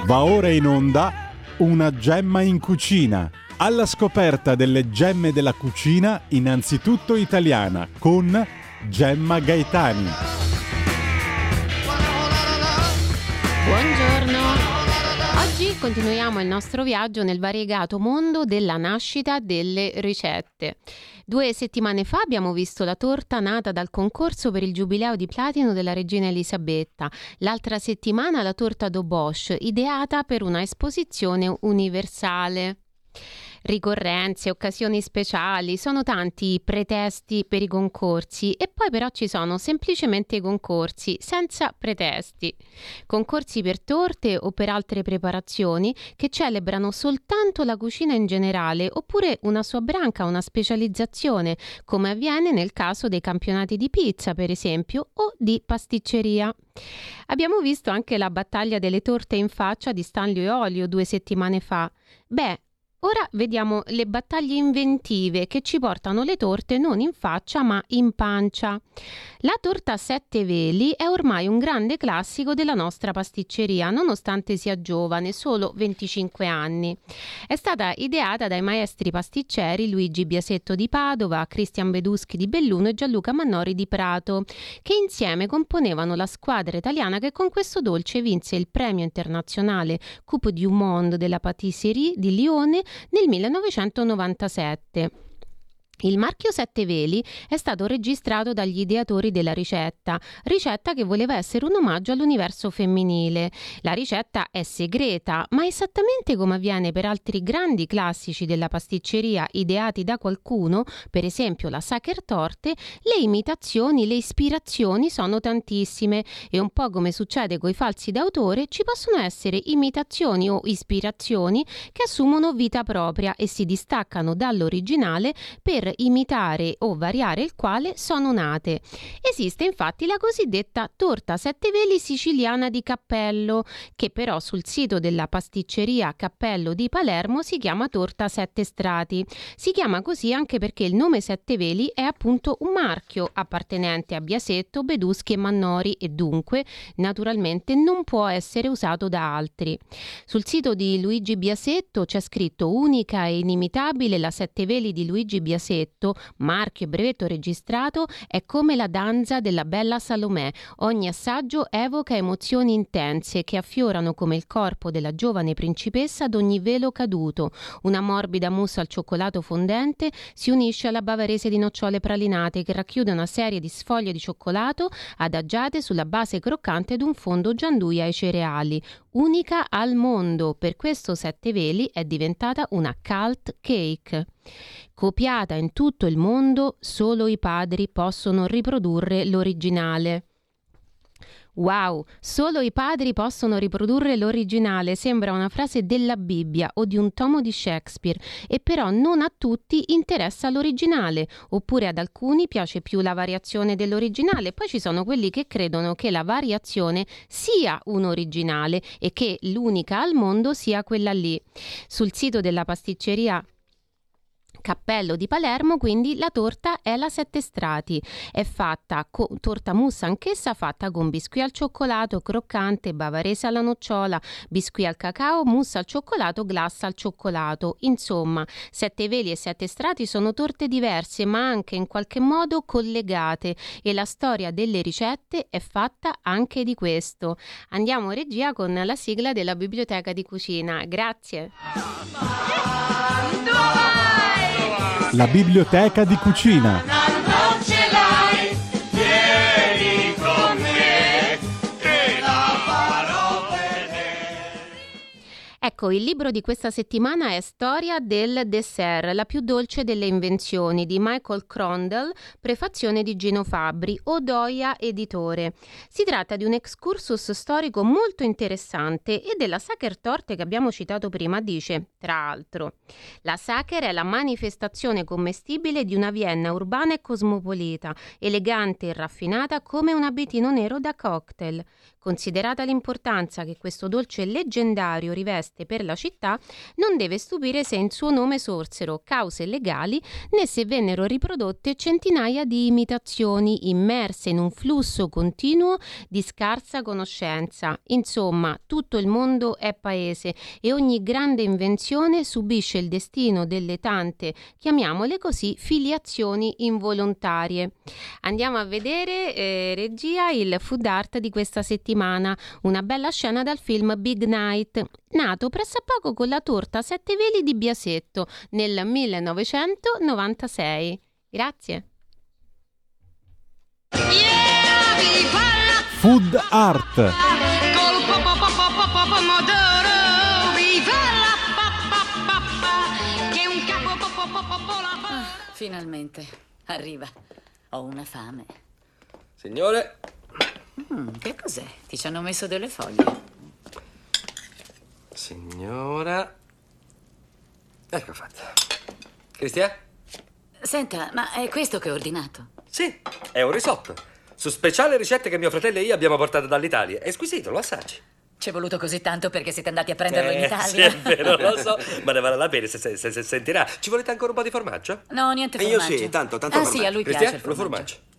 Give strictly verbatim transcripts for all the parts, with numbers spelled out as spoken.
Va ora in onda Una gemma in cucina, alla scoperta delle gemme della cucina innanzitutto italiana, con Gemma Gaetani. Buongiorno. Oggi continuiamo il nostro viaggio nel variegato mondo della nascita delle ricette. Due settimane fa abbiamo visto la torta nata dal concorso per il giubileo di platino della regina Elisabetta. L'altra settimana la torta d'Obosch, ideata per una esposizione universale. Ricorrenze, occasioni speciali, sono tanti i pretesti per i concorsi e poi però ci sono semplicemente i concorsi senza pretesti. Concorsi per torte o per altre preparazioni che celebrano soltanto la cucina in generale oppure una sua branca, una specializzazione, come avviene nel caso dei campionati di pizza per esempio o di pasticceria. Abbiamo visto anche la battaglia delle torte in faccia di Stanlio e Olio due settimane fa. Beh, ora vediamo le battaglie inventive che ci portano le torte non in faccia ma in pancia. La torta a sette veli è ormai un grande classico della nostra pasticceria, nonostante sia giovane, solo venticinque anni. È stata ideata dai maestri pasticceri Luigi Biasetto di Padova, Cristian Beduschi di Belluno e Gianluca Mannori di Prato, che insieme componevano la squadra italiana che con questo dolce vinse il premio internazionale Coupe du Monde della Patisserie di Lione nel millenovecentonovantasette. Il marchio Sette Veli è stato registrato dagli ideatori della ricetta, ricetta che voleva essere un omaggio all'universo femminile. La ricetta è segreta, ma esattamente come avviene per altri grandi classici della pasticceria ideati da qualcuno, per esempio la Sachertorte, le imitazioni, le ispirazioni sono tantissime e un po' come succede coi falsi d'autore ci possono essere imitazioni o ispirazioni che assumono vita propria e si distaccano dall'originale per imitare o variare il quale sono nate. Esiste infatti la cosiddetta torta sette veli siciliana di Cappello, che però sul sito della pasticceria Cappello di Palermo si chiama torta sette strati. Si chiama così anche perché il nome Sette Veli è appunto un marchio appartenente a Biasetto, Beduschi e Mannori e dunque naturalmente non può essere usato da altri. Sul sito di Luigi Biasetto c'è scritto: unica e inimitabile la Sette Veli di Luigi Biasetto, marchio e brevetto registrato, è come la danza della bella Salomè. Ogni assaggio evoca emozioni intense che affiorano come il corpo della giovane principessa ad ogni velo caduto. Una morbida mousse al cioccolato fondente si unisce alla bavarese di nocciole pralinate che racchiude una serie di sfoglie di cioccolato adagiate sulla base croccante d'un fondo gianduia ai cereali. Unica al mondo, per questo Sette Veli è diventata una cult cake. Copiata in tutto il mondo, solo i padri possono riprodurre l'originale. Wow, solo i padri possono riprodurre l'originale, sembra una frase della Bibbia o di un tomo di Shakespeare, e però non a tutti interessa l'originale, oppure ad alcuni piace più la variazione dell'originale, poi ci sono quelli che credono che la variazione sia un originale e che l'unica al mondo sia quella lì. Sul sito della pasticceria Cappello di Palermo quindi la torta è la sette strati, è fatta con torta mousse anch'essa fatta con biscuit al cioccolato croccante, bavarese alla nocciola, biscuit al cacao, mousse al cioccolato, glassa al cioccolato. Insomma, Sette Veli e Sette Strati sono torte diverse ma anche in qualche modo collegate e la storia delle ricette è fatta anche di questo. Andiamo regia con la sigla della Biblioteca di Cucina. Grazie. La Biblioteca di Cucina. Non ce l'hai, vieni con me, te la farò vedere. Ecco, il libro di questa settimana è Storia del dessert, la più dolce delle invenzioni, di Michael Crondell, prefazione di Gino Fabbri, Odoia Editore. Si tratta di un excursus storico molto interessante e della Sachertorte che abbiamo citato prima dice, tra l'altro, la Sacher è la manifestazione commestibile di una Vienna urbana e cosmopolita, elegante e raffinata come un abitino nero da cocktail. Considerata l'importanza che questo dolce leggendario riveste per la città, non deve stupire se in suo nome sorsero cause legali né se vennero riprodotte centinaia di imitazioni immerse in un flusso continuo di scarsa conoscenza. Insomma, tutto il mondo è paese e ogni grande invenzione subisce il destino delle tante, chiamiamole così, filiazioni involontarie. Andiamo a vedere, eh, regia, il food art di questa settimana, una bella scena dal film Big Night, nato pressappoco con la torta Sette Veli di Biasetto nel millenovecentonovantasei. Grazie. Food art. Col po po po po po po pomodoro, viva la pa pa pa pa, che un capo po po po po po la pa. Finalmente, arriva. Ho una fame. Signore, Mm, che cos'è? Ti ci hanno messo delle foglie? signora. Ecco fatta. Cristian? Senta, ma è questo che ho ordinato? Sì, è un risotto. Su speciale ricette che mio fratello e io abbiamo portato dall'Italia. È squisito, lo assaggi. Ci è voluto così tanto perché siete andati a prenderlo in Eh, Italia? Sì, è vero, lo so, ma ne vale la pena se, se, se, se sentirà. Ci volete ancora un po' di formaggio? No, niente E io formaggio. sì, tanto, tanto Ah formaggio. sì, a lui Cristian, piace il lo formaggio. formaggio.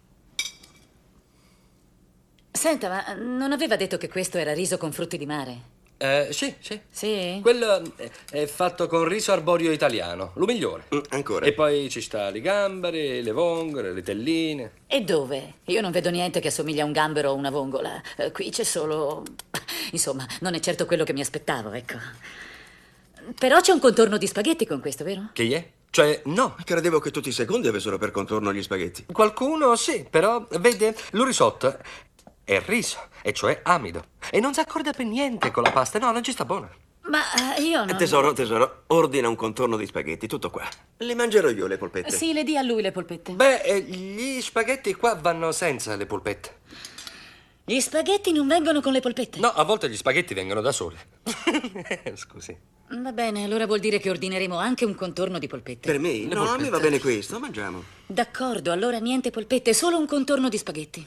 Senta, ma non aveva detto che questo era riso con frutti di mare? Eh, sì, sì. Sì? Quello è- è fatto con riso arborio italiano, lo migliore. Mm, ancora. E poi ci sta le gamberi, le vongole, le telline. E dove? Io non vedo niente che assomiglia a un gambero o una vongola. Eh, qui c'è solo... Insomma, non è certo quello che mi aspettavo, ecco. Però c'è un contorno di spaghetti con questo, vero? Che è? Cioè, no. Credevo che tutti i secondi avessero per contorno gli spaghetti. Qualcuno sì, però, vede, lo risotto è riso, e cioè amido. E non si accorda per niente con la pasta, no, non ci sta buona. Ma eh, io non... Tesoro, tesoro, ordina un contorno di spaghetti, tutto qua. Le mangerò io le polpette. Sì, le dia a lui le polpette. Beh, eh, gli spaghetti qua vanno senza le polpette. Gli spaghetti non vengono con le polpette? No, a volte gli spaghetti vengono da soli. Scusi. Va bene, allora vuol dire che ordineremo anche un contorno di polpette. Per me? Le No, a me polpette. va bene questo, mangiamo. D'accordo, allora niente polpette, solo un contorno di spaghetti.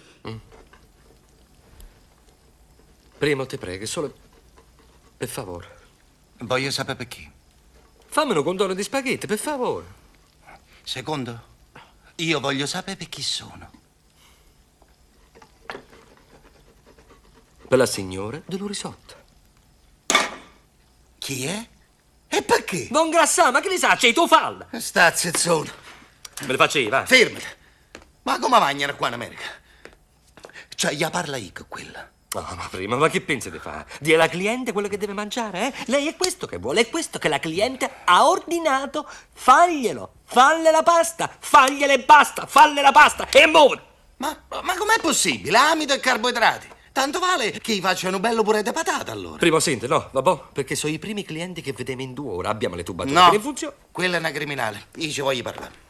Primo, ti prego, solo per favore. Voglio sapere perché. Fammi un contorno di spaghetti, per favore. Secondo, io voglio sapere per chi sono. Per la signora dello risotto. Chi è? E perché? Non grassà, ma che ne sa, c'è tu falla. Sta zizzone. Me le faccio io, va. Fermati. Ma come mangiano qua in America? Cioè, gli parla io con quella. No, ma prima, ma che pensi di fare? Di alla cliente quello che deve mangiare, eh? Lei è questo che vuole, è questo che la cliente ha ordinato. Faglielo, falle la pasta, fagliele e basta, falle la pasta e muovere. Ma, ma com'è possibile? Amido e carboidrati. Tanto vale che gli facciano un bello purè di patata, allora. Primo, senti, no, vabbè, perché sono i primi clienti che vediamo in due ore. Abbiamo le tubature No, in funzione. quella è una criminale. Io ci voglio parlare.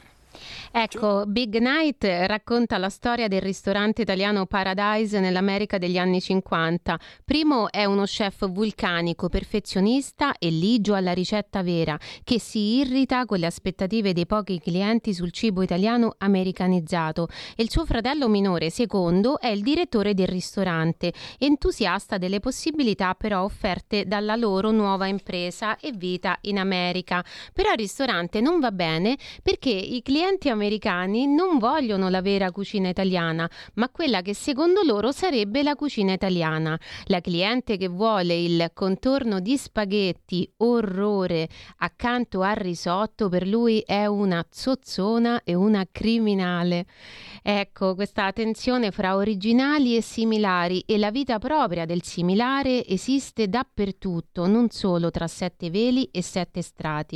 Ecco, Big Night racconta la storia del ristorante italiano Paradise nell'America degli anni cinquanta. Primo è uno chef vulcanico, perfezionista e ligio alla ricetta vera, che si irrita con le aspettative dei pochi clienti sul cibo italiano americanizzato. E il suo fratello minore, Secondo, è il direttore del ristorante, entusiasta delle possibilità però offerte dalla loro nuova impresa e vita in America. Però il ristorante non va bene perché i clienti americani non vogliono la vera cucina italiana, ma quella che secondo loro sarebbe la cucina italiana. La cliente che vuole il contorno di spaghetti, orrore, accanto al risotto, per lui è una zozzona e una criminale. Ecco, questa tensione fra originali e similari e la vita propria del similare esiste dappertutto, non solo tra Sette Veli e Sette Strati.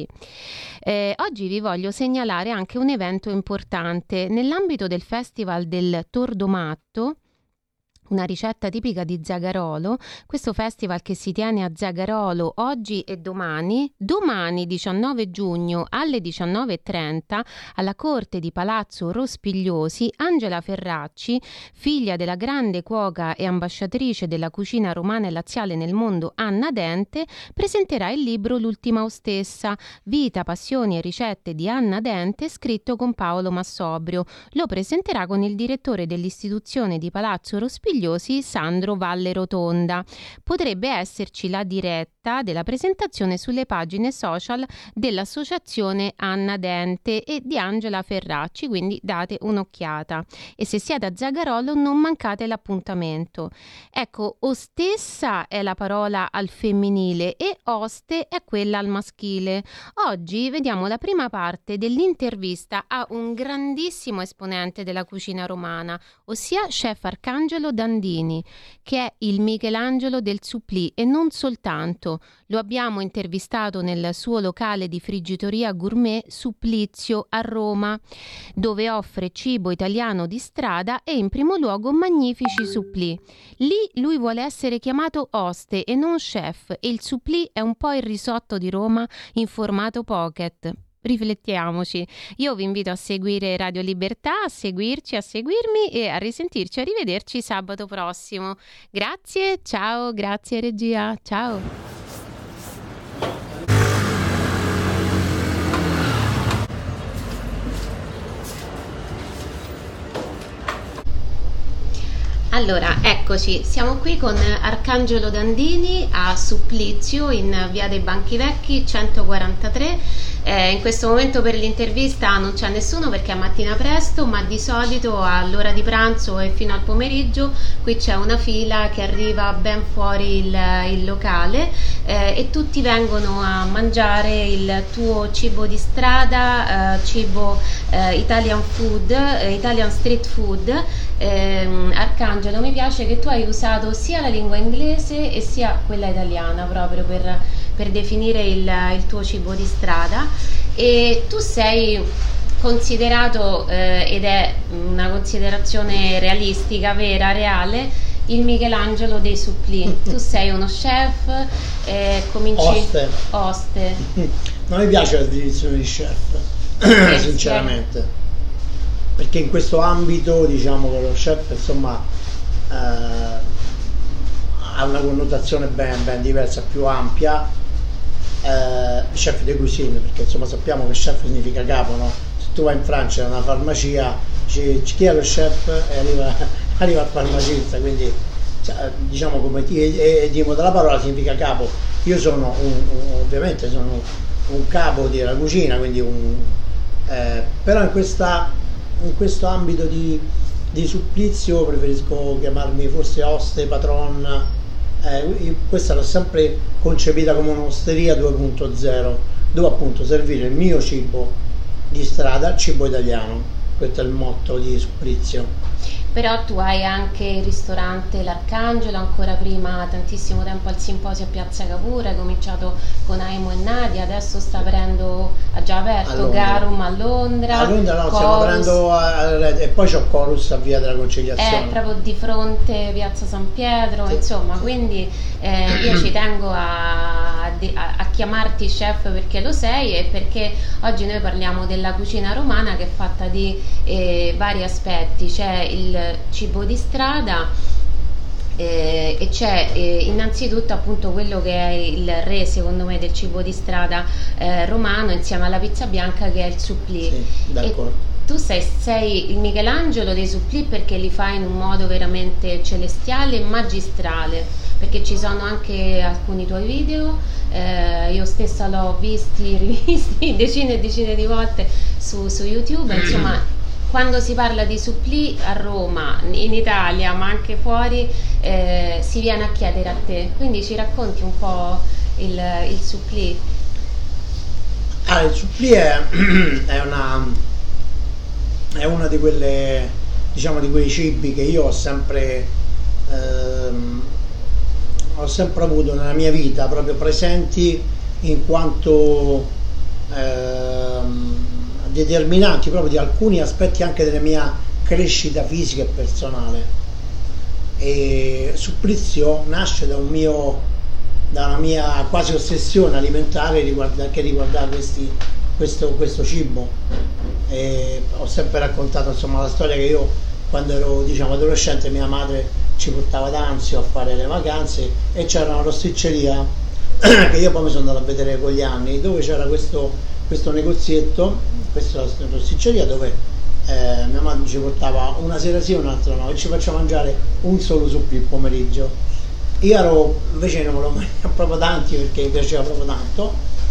Eh, oggi vi voglio segnalare anche un evento importante nell'ambito del Festival del Tordomatto, una ricetta tipica di Zagarolo, questo festival che si tiene a Zagarolo oggi e domani, domani diciannove giugno alle diciannove e trenta alla corte di Palazzo Rospigliosi, Angela Ferracci, figlia della grande cuoca e ambasciatrice della cucina romana e laziale nel mondo Anna Dente, presenterà il libro L'ultima ostessa, vita, passioni e ricette di Anna Dente, scritto con Paolo Massobrio. Lo presenterà con il direttore dell'istituzione di Palazzo Rospigliosi, meravigliosi Sandro Valle Rotonda. Potrebbe esserci la diretta della presentazione sulle pagine social dell'associazione Anna Dente e di Angela Ferracci, quindi date un'occhiata. E se siete a Zagarolo non mancate l'appuntamento. Ecco, ostessa è la parola al femminile e oste è quella al maschile. Oggi vediamo la prima parte dell'intervista a un grandissimo esponente della cucina romana, ossia chef Arcangelo Dandini, che è il Michelangelo del supplì e non soltanto. Lo abbiamo intervistato nel suo locale di friggitoria gourmet Supplizio a Roma, dove offre cibo italiano di strada e in primo luogo magnifici supplì. Lì lui vuole essere chiamato oste e non chef, e il supplì è un po' il risotto di Roma in formato pocket. Riflettiamoci. Io vi invito a seguire Radio Libertà, a seguirci, a seguirmi e a risentirci, a rivederci sabato prossimo. Grazie, ciao, grazie regia, ciao. Allora, eccoci, siamo qui con Arcangelo Dandini a Supplizio in via dei Banchi Vecchi centoquarantatré. Eh, in questo momento per l'intervista non c'è nessuno perché è mattina presto, ma di solito all'ora di pranzo e fino al pomeriggio qui c'è una fila che arriva ben fuori il, il locale eh, e tutti vengono a mangiare il tuo cibo di strada, eh, cibo eh, Italian food, eh, Italian street food. Eh, Arcangelo, mi piace che tu hai usato sia la lingua inglese e sia quella italiana proprio per, per definire il, il tuo cibo di strada, e tu sei considerato eh, ed è una considerazione realistica, vera, reale, il Michelangelo dei supplì. Tu sei uno chef, eh, cominci oste. oste Non mi piace la definizione di chef, sinceramente, perché in questo ambito diciamo che lo chef insomma eh, ha una connotazione ben, ben diversa, più ampia. Eh, chef de cuisine, perché insomma sappiamo che chef significa capo, no? Se tu vai in Francia in una farmacia ci, chi è lo chef e arriva, arriva al farmacista, quindi cioè, diciamo come etimo della parola significa capo. Io sono un, un, ovviamente sono un capo della cucina, quindi un, eh, però in questa in questo ambito di, di supplizio preferisco chiamarmi forse oste, patron. Eh, questa l'ho sempre concepita come un'osteria due punto zero, dove appunto servire il mio cibo di strada, cibo italiano. Questo è il motto di Supplizio. Però tu hai anche il ristorante L'Arcangelo, ancora prima, tantissimo tempo al Simposio a Piazza Cavour, hai cominciato con Aimo e Nadia, adesso sta aprendo, ha già aperto Garum a Londra. A Londra no, stiamo aprendo a, e poi c'ho Chorus a Via della Conciliazione. È proprio di fronte Piazza San Pietro, sì, insomma, sì. Quindi eh, io ci tengo a, a, a chiamarti chef perché lo sei e perché oggi noi parliamo della cucina romana che è fatta di eh, vari aspetti. C'è il cibo di strada eh, e c'è eh, innanzitutto appunto quello che è il re secondo me del cibo di strada eh, romano, insieme alla pizza bianca, che è il supplì. Sì, d'accordo. E tu sei, sei il Michelangelo dei supplì perché li fai in un modo veramente celestiale e magistrale, perché ci sono anche alcuni tuoi video, eh, io stessa l'ho visti, rivisti decine e decine di volte su, su YouTube, insomma. Quando si parla di supplì a Roma, in Italia, ma anche fuori, eh, si viene a chiedere a te. Quindi ci racconti un po' il, il supplì? Ah, il supplì è, è una è una di quelle, diciamo, di quei cibi che io ho sempre ehm, ho sempre avuto nella mia vita proprio presenti, in quanto ehm, determinanti proprio di alcuni aspetti anche della mia crescita fisica e personale. E Supplizio nasce da un mio da una mia quasi ossessione alimentare riguarda, che riguarda questi, questo, questo cibo. E ho sempre raccontato insomma la storia che io quando ero diciamo adolescente mia madre ci portava ad Anzio a fare le vacanze e c'era una rosticceria che io poi mi sono andato a vedere con gli anni, dove c'era questo questo negozietto, questa rosticceria dove eh, mia madre ci portava una sera sì e un'altra no, e ci faceva mangiare un solo supplì il pomeriggio. Io ero, invece non me lo mangiavo proprio tanti perché mi piaceva proprio tanto,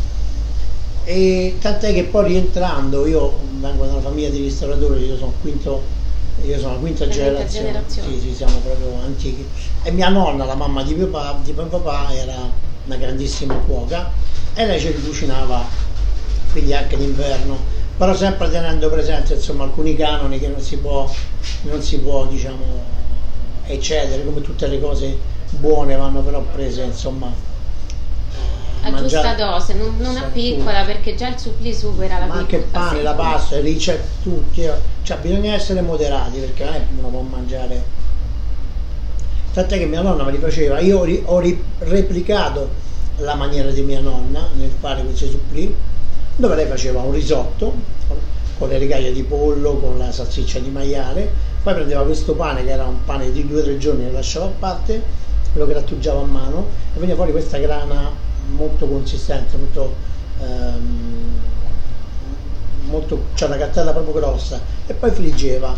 e tant'è che poi rientrando, io vengo da una famiglia di ristoratori, io sono quinto, io sono la quinta generazione, generazione. Sì, sì, siamo proprio antichi, e mia nonna, la mamma di mio papà, di mio papà, era una grandissima cuoca e lei ci cucinava, quindi anche d'inverno, però sempre tenendo presente insomma alcuni canoni che non si può, non si può diciamo eccedere, come tutte le cose buone vanno però prese insomma a giusta dose, non, non a piccola, perché già il supplì supera la piccola. Ma anche il pane, la pasta, le ricette, tutti, cioè bisogna essere moderati perché non è che uno può mangiare. Tant'è che mia nonna me li faceva, io ho, ri, ho ri, replicato la maniera di mia nonna nel fare questi supplì, dove lei faceva un risotto con le rigaie di pollo, con la salsiccia di maiale, poi prendeva questo pane che era un pane di due o tre giorni, lo lasciava a parte, lo grattugiava a mano e veniva fuori questa grana molto consistente, molto, ehm, molto c'è una cattella proprio grossa, e poi friggeva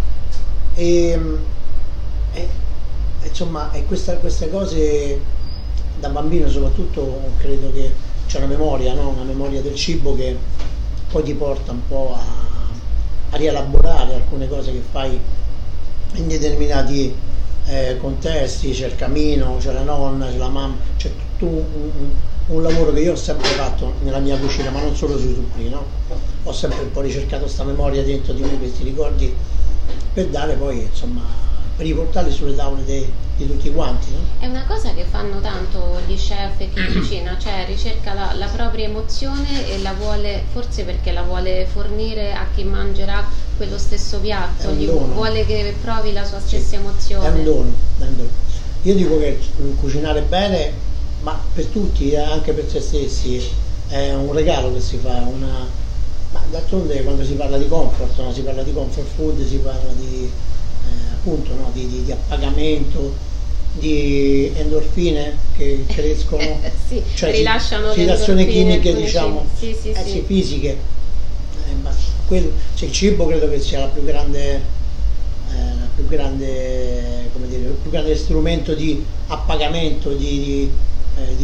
e, e insomma e questa, queste cose da bambino soprattutto credo che c'è una memoria, no? Una memoria del cibo che poi ti porta un po' a, a rielaborare alcune cose che fai in determinati eh, contesti. C'è il camino, c'è la nonna, c'è la mamma, c'è tutto un, un, un lavoro che io ho sempre fatto nella mia cucina, ma non solo sui supplì, no? Ho sempre un po' ricercato questa memoria dentro di me, questi ricordi, per dare poi insomma, per riportarli sulle tavole dei, di tutti quanti, no? È una cosa che fanno tanto gli chef e chi cucina, cioè ricerca la, la propria emozione e la vuole, forse perché la vuole fornire a chi mangerà quello stesso piatto, gli vuole che provi la sua stessa sì, emozione. È un dono, è un dono. Io dico che cucinare bene, ma per tutti, anche per se stessi, è un regalo che si fa, una, ma d'altronde quando si parla di comfort, no? Si parla di comfort food, si parla di eh, appunto no? di, di, di appagamento, di endorfine che crescono, sì, cioè rilasciano situazioni chimiche diciamo sì, sì, eh, sì. Sì, fisiche, eh, ma quello, cioè il cibo credo che sia la più grande eh, la più grande come dire, il più grande strumento di appagamento, di, di, eh,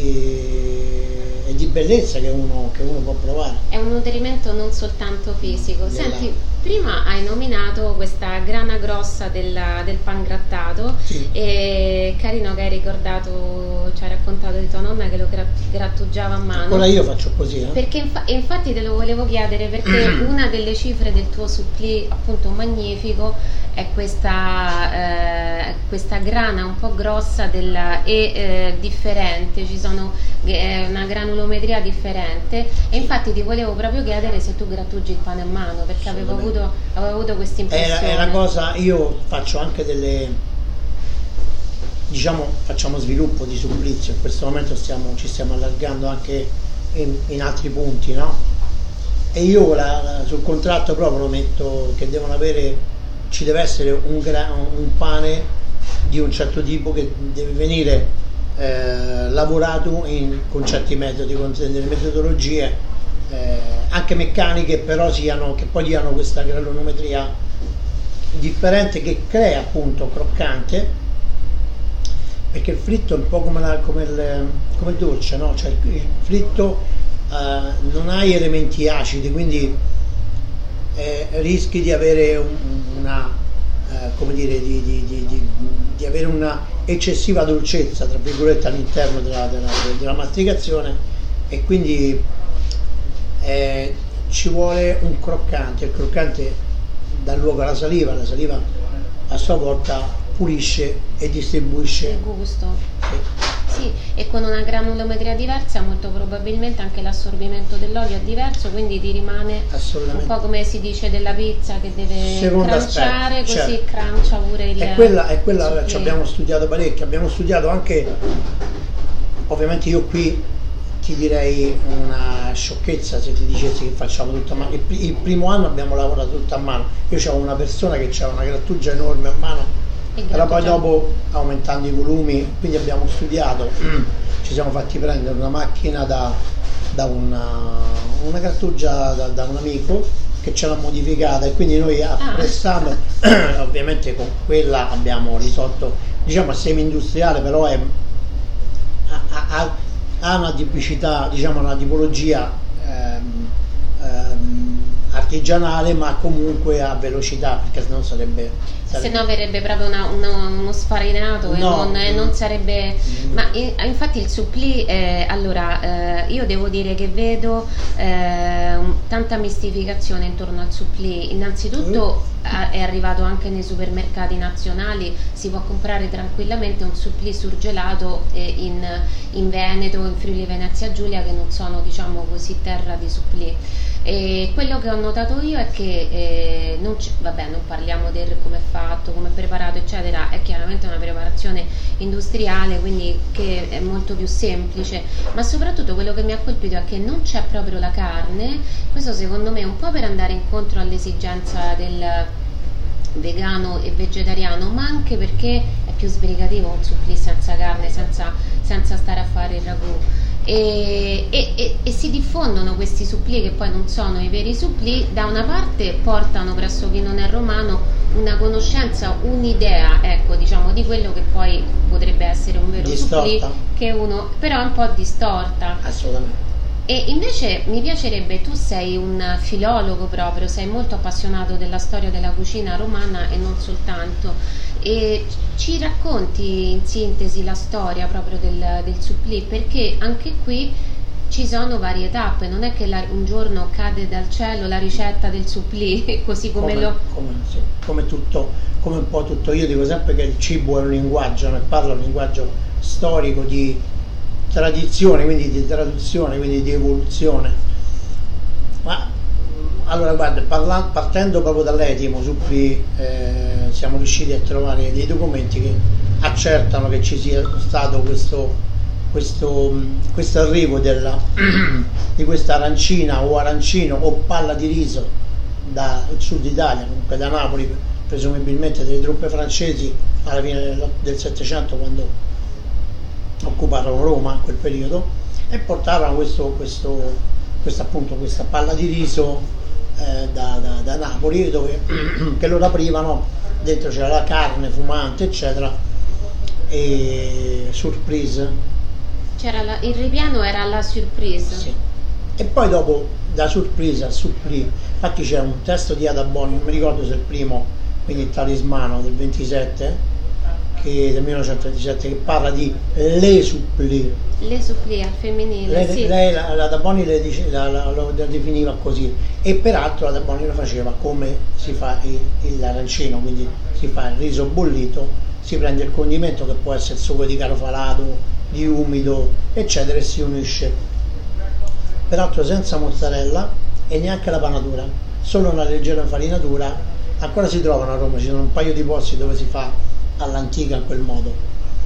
di, di bellezza che uno, che uno può provare. È un nutrimento non soltanto fisico. Senti, prima hai nominato questa grana grossa della, del pangrattato, sì. E carino che hai ricordato, ci hai raccontato di tua nonna che lo grattugiava a mano. Ora io faccio così, eh? Perché infa infatti te lo volevo chiedere, perché una delle cifre del tuo supplì appunto magnifico è questa, eh, questa grana un po' grossa della, e eh, differente, ci sono eh, una granulometria differente, e infatti ti volevo proprio chiedere se tu grattugi il pane a mano, perché avevo avuto, avevo avuto questa impressione. È, è una cosa, io faccio anche delle, diciamo, facciamo sviluppo di supplizio, in questo momento stiamo, ci stiamo allargando anche in, in altri punti, no? E io la, la, sul contratto proprio lo metto che devono avere, ci deve essere un, gra, un pane di un certo tipo che deve venire eh, lavorato in, con certi metodi, con delle metodologie eh, anche meccaniche, però siano, che poi diano questa granulometria differente che crea appunto croccante, perché il fritto è un po' come, la, come, il, come il dolce, no? Cioè il, il fritto eh, non ha elementi acidi, quindi Eh, rischi di avere un, una eh, come dire di, di, di, di, di avere una eccessiva dolcezza tra virgolette all'interno della, della, della masticazione, e quindi eh, ci vuole un croccante. Il croccante dà luogo alla saliva, la saliva a sua volta pulisce e distribuisce il gusto. Sì. Sì, e con una granulometria diversa molto probabilmente anche l'assorbimento dell'olio è diverso, quindi ti rimane un po' come si dice della pizza che deve Secondo cranciare, aspetto, così certo. crancia pure il è quella, è quella ci abbiamo studiato parecchio, abbiamo studiato anche, ovviamente io qui ti direi una sciocchezza se ti dicessi che facciamo tutto a mano. Il, il primo anno abbiamo lavorato tutto a mano, io c'avevo una persona che aveva una grattugia enorme a mano, però poi dopo aumentando i volumi, quindi abbiamo studiato, ci siamo fatti prendere una macchina da, da una, una grattugia da, da un amico che ce l'ha modificata, e quindi noi apprestando ah. ovviamente con quella abbiamo risolto, diciamo, a semi industriale, però è, ha, ha, ha una tipicità, diciamo una tipologia ehm, ehm, artigianale, ma comunque a velocità, perché sennò sarebbe, sarebbe... se no verrebbe proprio una, uno, uno sfarinato, no, e non, e non sarebbe mm. ma in, infatti il supplì eh, allora eh, io devo dire che vedo eh, tanta mistificazione intorno al supplì. Innanzitutto mm. a, è arrivato anche nei supermercati nazionali, si può comprare tranquillamente un supplì surgelato eh, in, in Veneto, in Friuli Venezia Giulia, che non sono, diciamo così, terra di supplì. E quello che ho notato io è che eh, non c- vabbè, non parliamo del come è fatto, come è preparato, eccetera, è chiaramente una preparazione industriale, quindi che è molto più semplice, ma soprattutto quello che mi ha colpito è che non c'è proprio la carne. Questo secondo me è un po' per andare incontro all'esigenza del vegano e vegetariano, ma anche perché è più sbrigativo un supplì senza carne, senza, senza stare a fare il ragù. E, e, e, e si diffondono questi supplì, che poi non sono i veri supplì. Da una parte portano presso chi non è romano una conoscenza, un'idea, ecco, diciamo, di quello che poi potrebbe essere un vero supplì, che uno però è un po' distorta. Assolutamente. E invece mi piacerebbe, tu sei un filologo proprio, sei molto appassionato della storia della cucina romana e non soltanto, e ci racconti in sintesi la storia proprio del, del supplì, perché anche qui ci sono varie tappe, non è che la, un giorno cade dal cielo la ricetta del supplì, così come, come lo... Come, sì, come tutto, come un po' tutto. Io dico sempre che il cibo è un linguaggio, ne parlo un linguaggio storico di tradizione, quindi di traduzione, quindi di evoluzione. Ma allora guarda, parla, partendo proprio dall'etimo supplì, eh, siamo riusciti a trovare dei documenti che accertano che ci sia stato questo questo, questo arrivo della, di questa arancina o arancino o palla di riso dal sud Italia, comunque da Napoli, presumibilmente delle truppe francesi alla fine del Settecento, quando occuparono Roma in quel periodo, e portarono questo, questo, questo appunto, questa palla di riso eh, da, da, da Napoli, dove che lo aprivano, dentro c'era la carne fumante, eccetera, e surprise. C'era la, il ripiano era la surprise. Sì. E poi dopo, da surprise a supplì, infatti c'è un testo di Ada Boni, non mi ricordo se è il primo, quindi il Talismano del ventisette, che del millenovecentoventisette, che parla di le supplì. Le supplì al femminile, lei, sì. Lei, la, la Da Boni le dice, la, la, lo definiva così, e peraltro la Da Boni lo faceva come si fa il, il arancino, quindi si fa il riso bollito, si prende il condimento, che può essere sugo di garofalato, di umido, eccetera, e si unisce, peraltro senza mozzarella e neanche la panatura, solo una leggera infarinatura. Ancora si trovano a Roma, ci sono un paio di posti dove si fa all'antica in quel modo.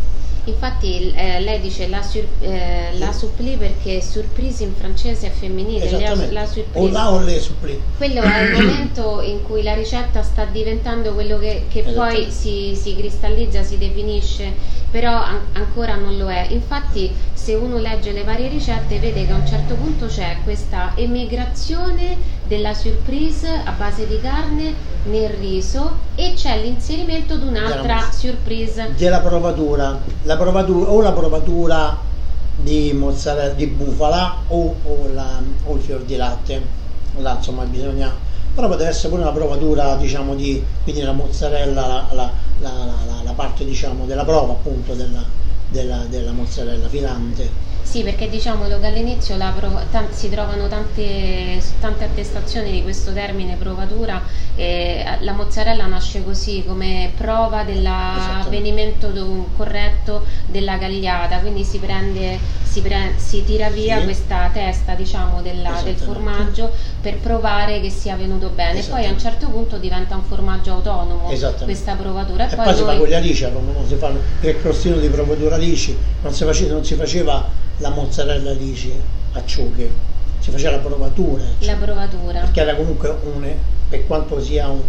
Infatti eh, lei dice la, sur, eh, la supplì perché surprise in francese è femminile, esattamente, la, la o la o le supplì. Quello è il momento in cui la ricetta sta diventando quello che, che poi si, si cristallizza, si definisce, però an- ancora non lo è. Infatti se uno legge le varie ricette vede che a un certo punto c'è questa emigrazione della surprise a base di carne nel riso, e c'è l'inserimento di un'altra surprise della provatura, la provatura o la provatura di mozzarella di bufala o, o, la, o il fior di latte. Là, insomma, bisogna, però deve essere pure una provatura, diciamo, di, quindi la mozzarella, la, la, la, la, la parte, diciamo, della prova appunto della, della, della mozzarella filante. Sì, perché diciamolo che all'inizio la prov- t- si trovano tante, tante attestazioni di questo termine provatura, e la mozzarella nasce così, come prova dell'avvenimento do- corretto della cagliata, quindi si prende, si, pre- si tira via sì. questa testa, diciamo, della, del formaggio per provare che sia venuto bene, e poi a un certo punto diventa un formaggio autonomo questa provatura. E, e poi, poi noi... si fa con gli alici, non si fa il crostino di provatura alici, non si faceva, non si faceva la mozzarella alici a ciocche, si faceva la provatura, la provatura, perché era comunque un, per quanto sia un,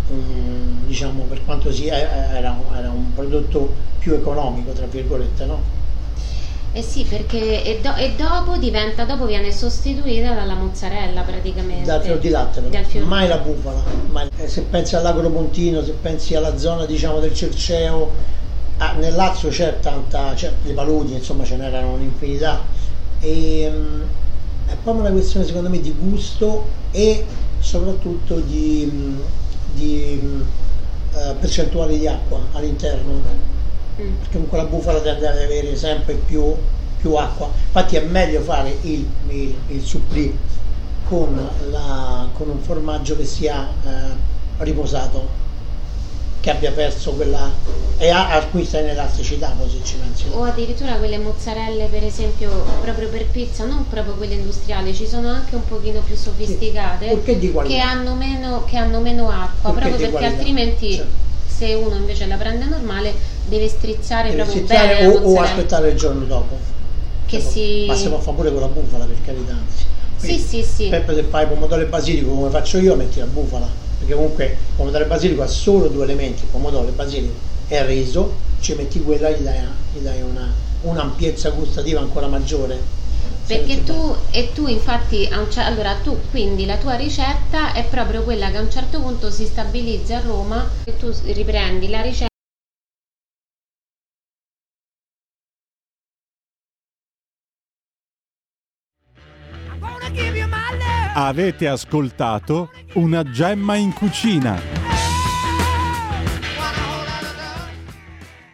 un diciamo per quanto sia era, era un prodotto più economico, tra virgolette, no? Eh sì, perché e, do- e dopo diventa, dopo viene sostituita dalla mozzarella praticamente. Dal fior di latte, però. Dal fior- Mai la bufala. Mai. Eh, se pensi all'Agropontino, se pensi alla zona, diciamo, del Circeo, ah, nel Lazio c'è tanta, c'è le paludi, insomma ce n'erano un'infinità. E, um, è proprio una questione secondo me di gusto e soprattutto di, um, di um, uh, percentuali di acqua all'interno. Mm. Perché comunque la bufala tende ad avere sempre più, più acqua, infatti è meglio fare il, il, il supplì con, la, con un formaggio che sia eh, riposato, che abbia perso quella e ha, acquista inelasticità, poi se ci pensi. O addirittura quelle mozzarelle per esempio proprio per pizza, non proprio quelle industriali, ci sono anche un pochino più sofisticate, sì, di che hanno meno, che hanno meno acqua, Purché proprio perché qualità. altrimenti Cioè, se uno invece la prende normale deve strizzare deve proprio strizzare bene o, la o mozzarella. aspettare il giorno dopo. Che Cioè, si... Ma si può fare pure con la bufala, per carità. Sì, sì, sì. Sempre se fai pomodoro e basilico come faccio io, metti la bufala, perché comunque pomodoro e basilico ha solo due elementi, pomodoro e basilico e il riso, ci metti quella e gli dai, gli dai una, un'ampiezza gustativa ancora maggiore. Perché tu, e tu infatti, a un cer- allora tu quindi la tua ricetta è proprio quella che a un certo punto si stabilizza a Roma, e tu riprendi la ricetta. Avete ascoltato Una gemma in cucina.